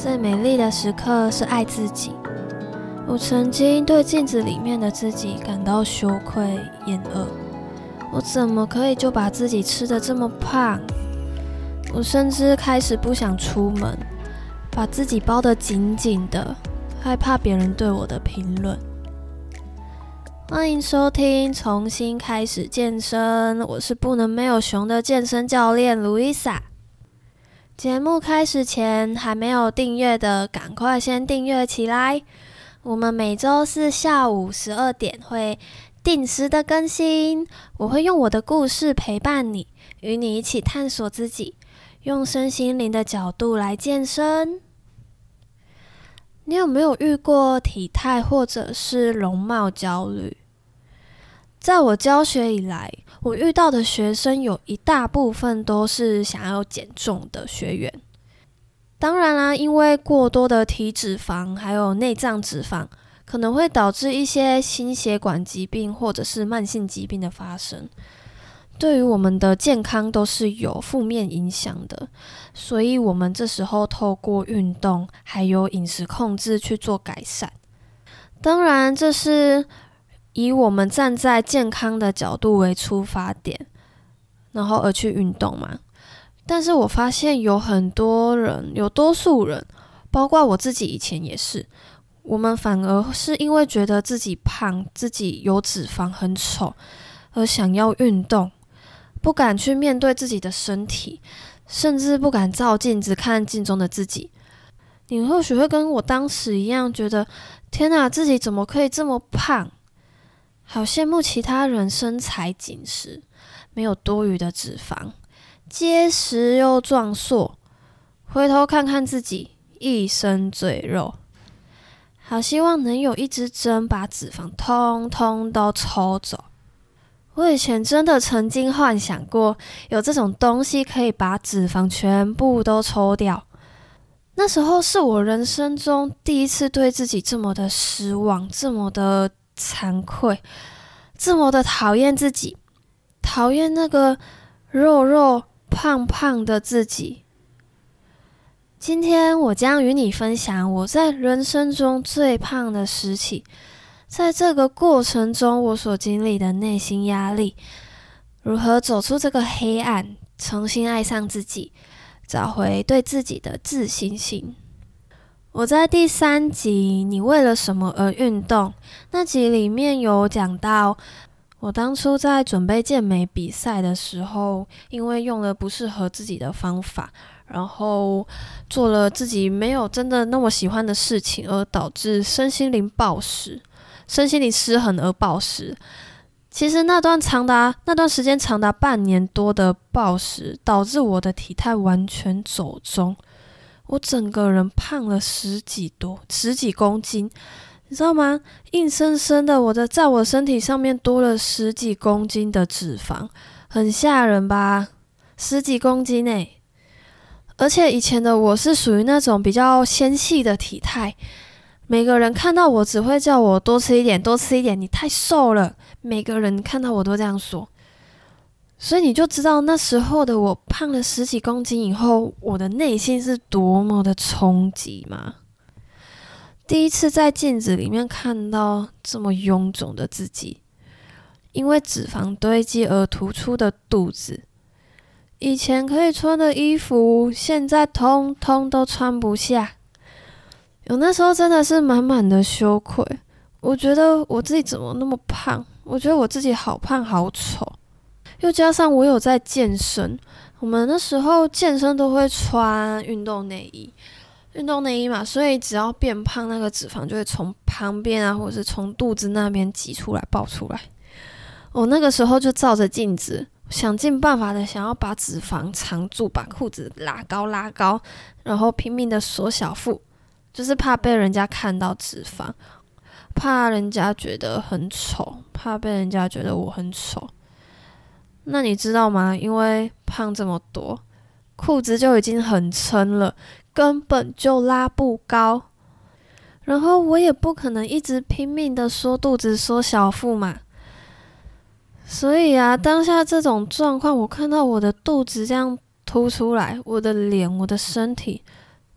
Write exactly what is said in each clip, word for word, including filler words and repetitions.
最美丽的时刻是爱自己。我曾经对镜子里面的自己感到羞愧、厌恶。我怎么可以就把自己吃得这么胖？我甚至开始不想出门，把自己包得紧紧的，害怕别人对我的评论。欢迎收听重新开始健身，我是不能没有熊的健身教练 Louisa。节目开始前还没有订阅的，赶快先订阅起来。我们每周四下午十二点会定时的更新，我会用我的故事陪伴你，与你一起探索自己，用身心灵的角度来健身。你有没有遇过体态或者是容貌焦虑？在我教学以来，我遇到的学生有一大部分都是想要减重的学员。当然啦，因为过多的体脂肪还有内脏脂肪，可能会导致一些心血管疾病或者是慢性疾病的发生，对于我们的健康都是有负面影响的。所以我们这时候透过运动还有饮食控制去做改善。当然这是以我们站在健康的角度为出发点，然后而去运动嘛。但是我发现有很多人，有多数人，包括我自己以前也是，我们反而是因为觉得自己胖，自己有脂肪很丑，而想要运动，不敢去面对自己的身体，甚至不敢照镜子看镜中的自己。你或许会跟我当时一样，觉得天哪，自己怎么可以这么胖？好羡慕其他人身材紧实，没有多余的脂肪，结实又壮硕。回头看看自己，一身赘肉。好希望能有一支针把脂肪通通都抽走。我以前真的曾经幻想过，有这种东西可以把脂肪全部都抽掉。那时候是我人生中第一次对自己这么的失望，这么的惭愧，这么的讨厌自己，讨厌那个肉肉胖胖的自己。今天我将与你分享我在人生中最胖的时期，在这个过程中我所经历的内心压力，如何走出这个黑暗，重新爱上自己，找回对自己的自信心。我在第三集你为了什么而运动那集里面有讲到，我当初在准备健美比赛的时候，因为用了不适合自己的方法，然后做了自己没有真的那么喜欢的事情，而导致身心灵暴食，身心灵失衡而暴食。其实那段长达那段时间长达半年多的暴食，导致我的体态完全走中。我整个人胖了十几多十几公斤，你知道吗？硬生生的我的在我身体上面多了十几公斤的脂肪，很吓人吧？十几公斤欸！而且以前的我是属于那种比较纤细的体态，每个人看到我只会叫我多吃一点多吃一点，你太瘦了，每个人看到我都这样说。所以你就知道那时候的我胖了十几公斤以后，我的内心是多么的冲击嘛。第一次在镜子里面看到这么臃肿的自己，因为脂肪堆积而突出的肚子，以前可以穿的衣服现在通通都穿不下。有那时候真的是满满的羞愧，我觉得我自己怎么那么胖，我觉得我自己好胖好丑。又加上我有在健身，我们那时候健身都会穿运动内衣，运动内衣嘛，所以只要变胖，那个脂肪就会从旁边啊，或者是从肚子那边挤出来爆出来。我那个时候就照着镜子，想尽办法的想要把脂肪藏住，把裤子拉高拉高，然后拼命的缩小腹，就是怕被人家看到脂肪，怕人家觉得很丑，怕被人家觉得我很丑。那你知道吗？因为胖这么多，裤子就已经很撑了，根本就拉不高。然后我也不可能一直拼命的缩肚子缩小腹嘛。所以啊，当下这种状况，我看到我的肚子这样凸出来，我的脸，我的身体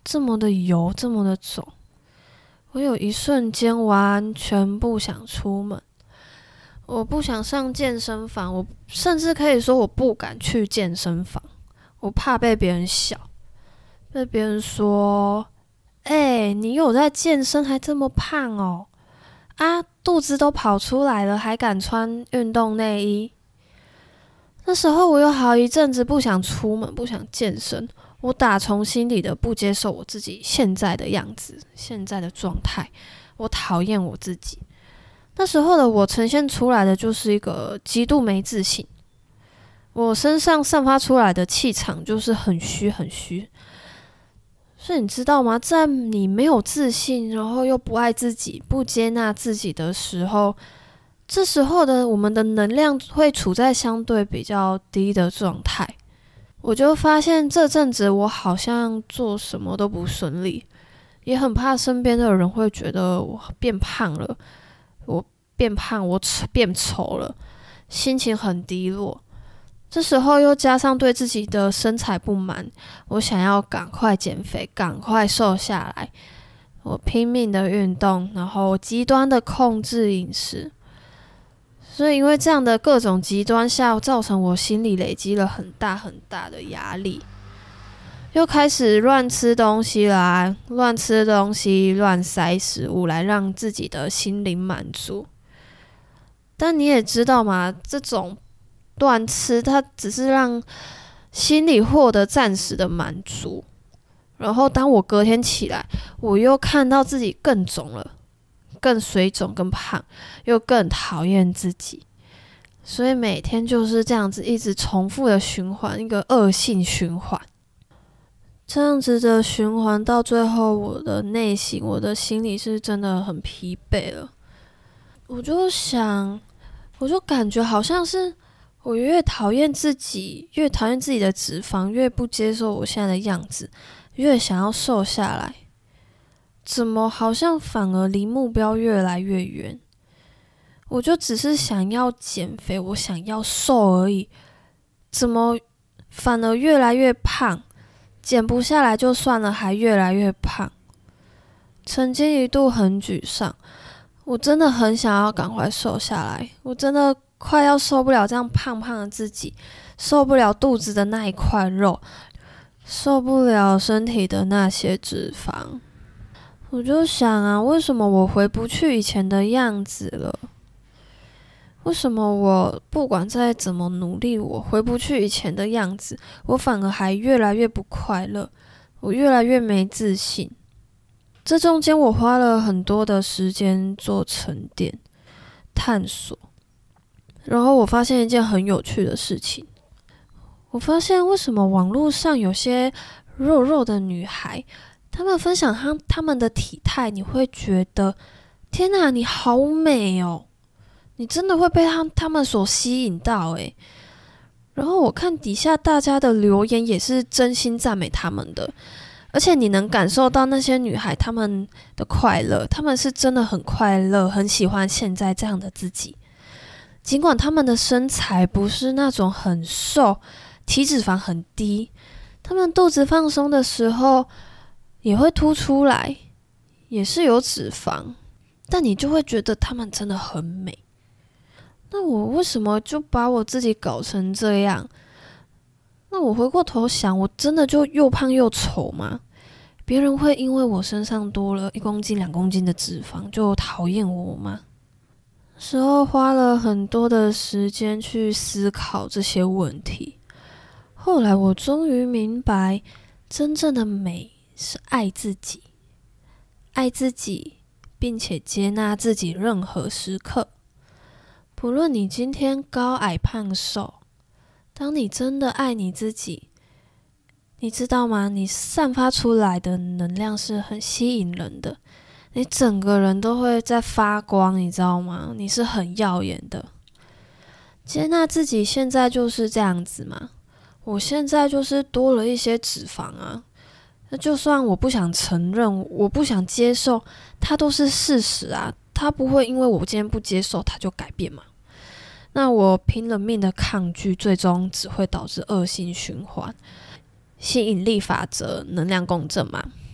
这么的油，这么的肿。我有一瞬间完全不想出门，我不想上健身房，我甚至可以说我不敢去健身房，我怕被别人笑，被别人说：“欸，你有在健身还这么胖哦，啊，肚子都跑出来了，还敢穿运动内衣。”那时候我有好一阵子不想出门，不想健身，我打从心底的不接受我自己现在的样子，现在的状态，我讨厌我自己。那时候的我呈现出来的就是一个极度没自信，我身上散发出来的气场就是很虚很虚。所以你知道吗？在你没有自信，然后又不爱自己，不接纳自己的时候，这时候的我们的能量会处在相对比较低的状态。我就发现这阵子我好像做什么都不顺利，也很怕身边的人会觉得我变胖了，我变胖，我变丑了，心情很低落。这时候又加上对自己的身材不满，我想要赶快减肥，赶快瘦下来，我拼命的运动，然后极端的控制饮食。所以因为这样的各种极端下，造成我心里累积了很大很大的压力，又开始乱吃东西啦，乱吃东西，乱塞食物来让自己的心灵满足。但你也知道嘛，这种乱吃它只是让心里获得暂时的满足，然后当我隔天起来，我又看到自己更肿了，更水肿更胖，又更讨厌自己。所以每天就是这样子一直重复的循环，一个恶性循环。这样子的循环到最后，我的内心我的心里是真的很疲惫了。我就想我就感觉好像是我越讨厌自己，越讨厌自己的脂肪，越不接受我现在的样子，越想要瘦下来，怎么好像反而离目标越来越远。我就只是想要减肥，我想要瘦而已，怎么反而越来越胖，减不下来就算了，还越来越胖。曾经一度很沮丧，我真的很想要赶快瘦下来，我真的快要受不了这样胖胖的自己，受不了肚子的那一块肉，受不了身体的那些脂肪。我就想啊，为什么我回不去以前的样子了？为什么我不管再怎么努力，我回不去以前的样子，我反而还越来越不快乐，我越来越没自信。这中间我花了很多的时间做沉淀、探索，然后我发现一件很有趣的事情，我发现为什么网络上有些肉肉的女孩，她们分享她她们的体态，你会觉得天哪，你好美哦，你真的会被他他们所吸引到诶。然后我看底下大家的留言也是真心赞美他们的，而且你能感受到那些女孩她们的快乐，她们是真的很快乐，很喜欢现在这样的自己。尽管她们的身材不是那种很瘦，体脂肪很低，她们肚子放松的时候也会凸出来，也是有脂肪，但你就会觉得她们真的很美。那我为什么就把我自己搞成这样？那我回过头想，我真的就又胖又丑吗？别人会因为我身上多了一公斤两公斤的脂肪就讨厌我吗？那时候花了很多的时间去思考这些问题，后来我终于明白，真正的美是爱自己，爱自己，并且接纳自己任何时刻。不论你今天高矮胖瘦，当你真的爱你自己，你知道吗？你散发出来的能量是很吸引人的，你整个人都会在发光，你知道吗？你是很耀眼的。接纳自己现在就是这样子嘛，我现在就是多了一些脂肪啊，那就算我不想承认，我不想接受，它都是事实啊，它不会因为我今天不接受它就改变嘛。那我拼了命的抗拒，最终只会导致恶性循环。吸引力法则，能量共振嘛。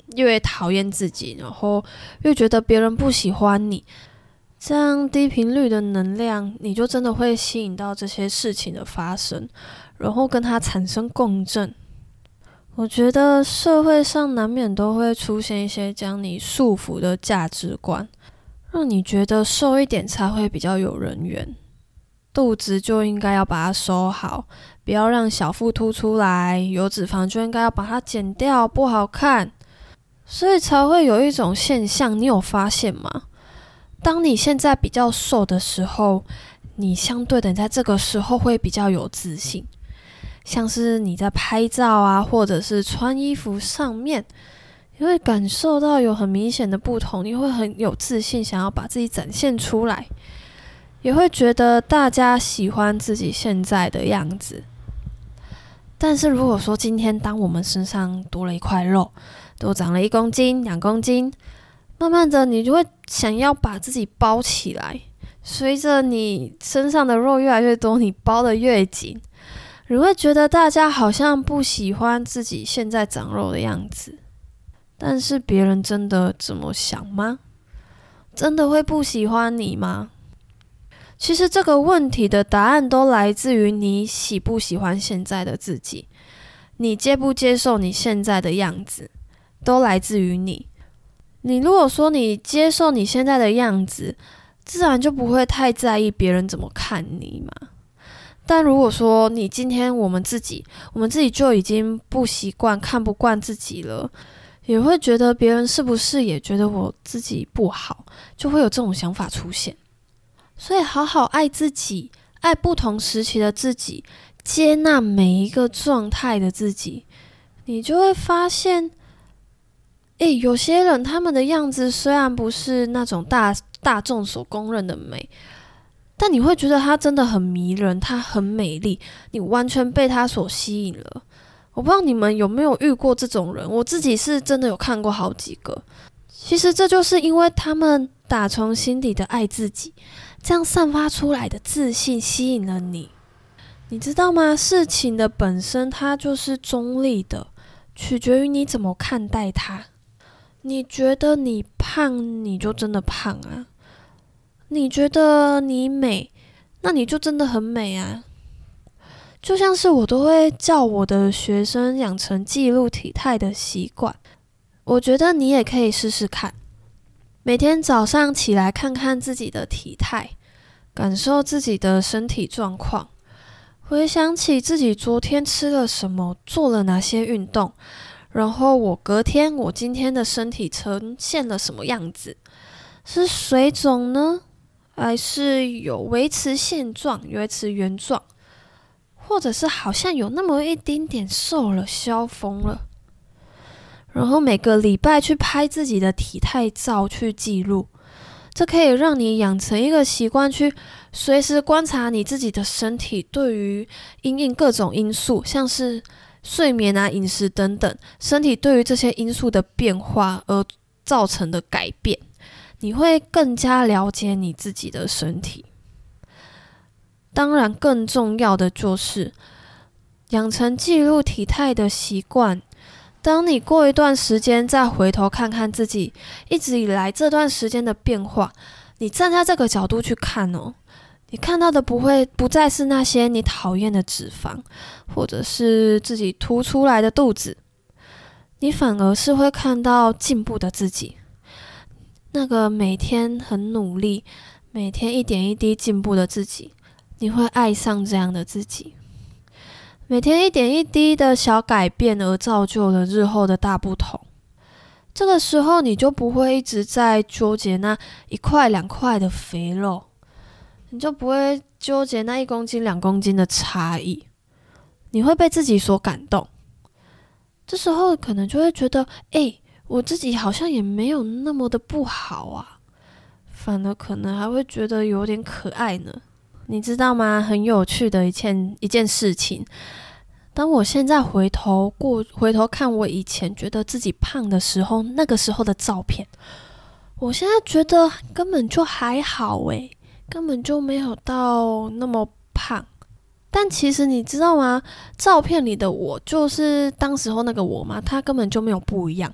越讨厌自己，然后越觉得别人不喜欢你。这样低频率的能量，你就真的会吸引到这些事情的发生，然后跟它产生共振。我觉得社会上难免都会出现一些将你束缚的价值观，让你觉得瘦一点才会比较有人缘，肚子就应该要把它收好，不要让小腹凸出来，有脂肪就应该要把它减掉，不好看。所以才会有一种现象，你有发现吗？当你现在比较瘦的时候，你相对的在这个时候会比较有自信，像是你在拍照啊，或者是穿衣服上面，你会感受到有很明显的不同，你会很有自信，想要把自己展现出来，也会觉得大家喜欢自己现在的样子。但是如果说今天当我们身上多了一块肉，多长了一公斤、两公斤，慢慢的你就会想要把自己包起来，随着你身上的肉越来越多，你包得越紧，你会觉得大家好像不喜欢自己现在长肉的样子。但是别人真的这么想吗？真的会不喜欢你吗？其实这个问题的答案都来自于你喜不喜欢现在的自己，你接不接受你现在的样子，都来自于你。你如果说你接受你现在的样子，自然就不会太在意别人怎么看你嘛。但如果说你今天我们自己，我们自己就已经不习惯、看不惯自己了，也会觉得别人是不是也觉得我自己不好，就会有这种想法出现。所以好好爱自己，爱不同时期的自己，接纳每一个状态的自己，你就会发现诶，有些人他们的样子虽然不是那种大大众所公认的美，但你会觉得她真的很迷人，她很美丽，你完全被她所吸引了。我不知道你们有没有遇过这种人，我自己是真的有看过好几个。其实这就是因为他们打从心底的爱自己，这样散发出来的自信吸引了你。你知道吗？事情的本身它就是中立的，取决于你怎么看待它。你觉得你胖，你就真的胖啊。你觉得你美，那你就真的很美啊。就像是我都会叫我的学生养成记录体态的习惯，我觉得你也可以试试看。每天早上起来看看自己的体态，感受自己的身体状况，回想起自己昨天吃了什么，做了哪些运动，然后我隔天我今天的身体呈现了什么样子，是水肿呢，还是有维持现状、维持原状，或者是好像有那么一丁点瘦了、消风了。然后每个礼拜去拍自己的体态照去记录，这可以让你养成一个习惯，去随时观察你自己的身体对于因应各种因素，像是睡眠啊、饮食等等，身体对于这些因素的变化而造成的改变，你会更加了解你自己的身体。当然更重要的就是养成记录体态的习惯，当你过一段时间再回头看看自己一直以来这段时间的变化，你站在这个角度去看哦，你看到的不会不再是那些你讨厌的脂肪，或者是自己凸出来的肚子，你反而是会看到进步的自己，那个每天很努力，每天一点一滴进步的自己，你会爱上这样的自己。每天一点一滴的小改变而造就了日后的大不同。这个时候你就不会一直在纠结那一块两块的肥肉，你就不会纠结那一公斤两公斤的差异，你会被自己所感动。这时候可能就会觉得，诶，我自己好像也没有那么的不好啊，反而可能还会觉得有点可爱呢。你知道吗？很有趣的一件一件事情，当我现在回头过回头看我以前觉得自己胖的时候，那个时候的照片，我现在觉得根本就还好诶，根本就没有到那么胖。但其实你知道吗？照片里的我就是当时候那个我嘛，他根本就没有不一样，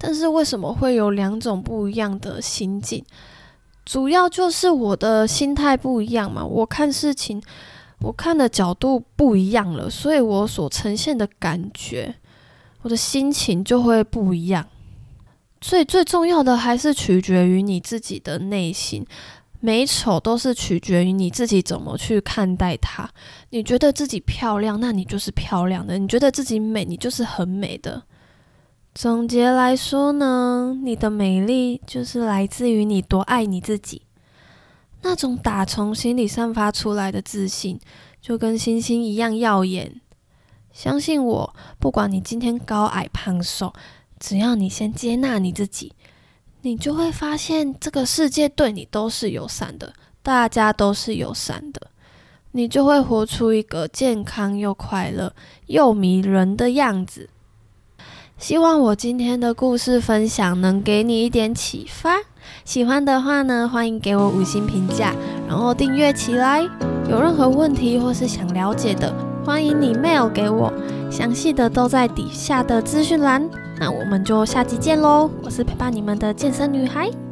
但是为什么会有两种不一样的心境？主要就是我的心态不一样嘛，我看事情，我看的角度不一样了，所以我所呈现的感觉，我的心情就会不一样。所以最重要的还是取决于你自己的内心，美丑都是取决于你自己怎么去看待它。你觉得自己漂亮，那你就是漂亮的；你觉得自己美，你就是很美的。总结来说呢，你的美丽就是来自于你多爱你自己，那种打从心里散发出来的自信，就跟星星一样耀眼。相信我，不管你今天高矮胖瘦，只要你先接纳你自己，你就会发现这个世界对你都是友善的，大家都是友善的，你就会活出一个健康又快乐又迷人的样子。希望我今天的故事分享能给你一点启发，喜欢的话呢，欢迎给我五星评价，然后订阅起来。有任何问题或是想了解的，欢迎你 mail 给我，详细的都在底下的资讯栏。那我们就下集见咯，我是陪伴你们的健身女孩。